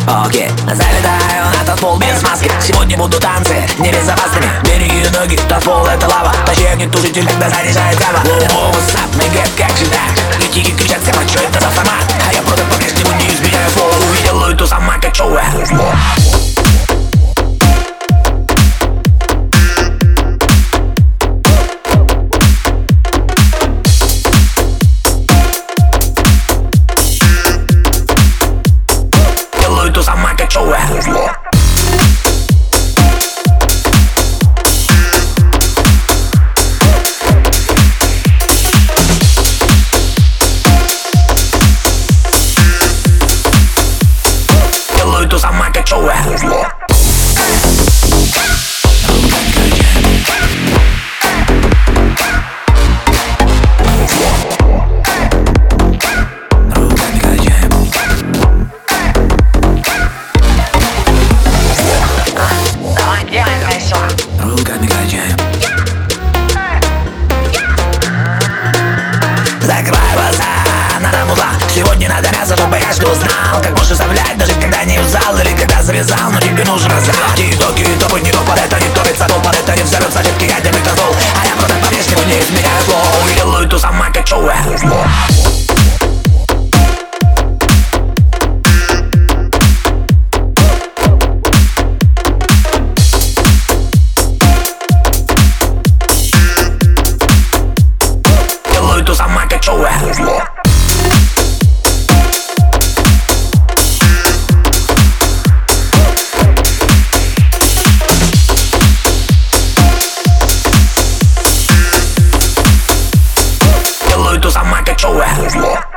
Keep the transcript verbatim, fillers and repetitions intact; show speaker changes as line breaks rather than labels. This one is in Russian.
Окей, залетаю на танцпол без маски. Сегодня будут танцы небезопасными. Береги ноги, танцпол это лава. Тащевник тушитель, когда заряжает кава. Воу, ватсап, мы гэп, как всегда. Критики кричат всем, а чё это за формат? А я просто по-прежнему не изменяю флоу. Делаю то сама, как шоу. Делаю то сама, как шоу. Делаю то сама, как шоу. Руками качаем. Закрывай глаза, надо музла. Сегодня надо мясо, чтобы я что узнал. Как можешь вставлять, даже когда не узал или когда завязал, но тебе нужен раздел. Тик-токи, топы, не топ, под это не топится, топ, под это не взорвется, жидкий ядерный козел. А я просто по-прежнему не изменяю флоу. И делаю то сама, как шоу. Делаю то сама, как шоу. Делаю то сама, как шоу.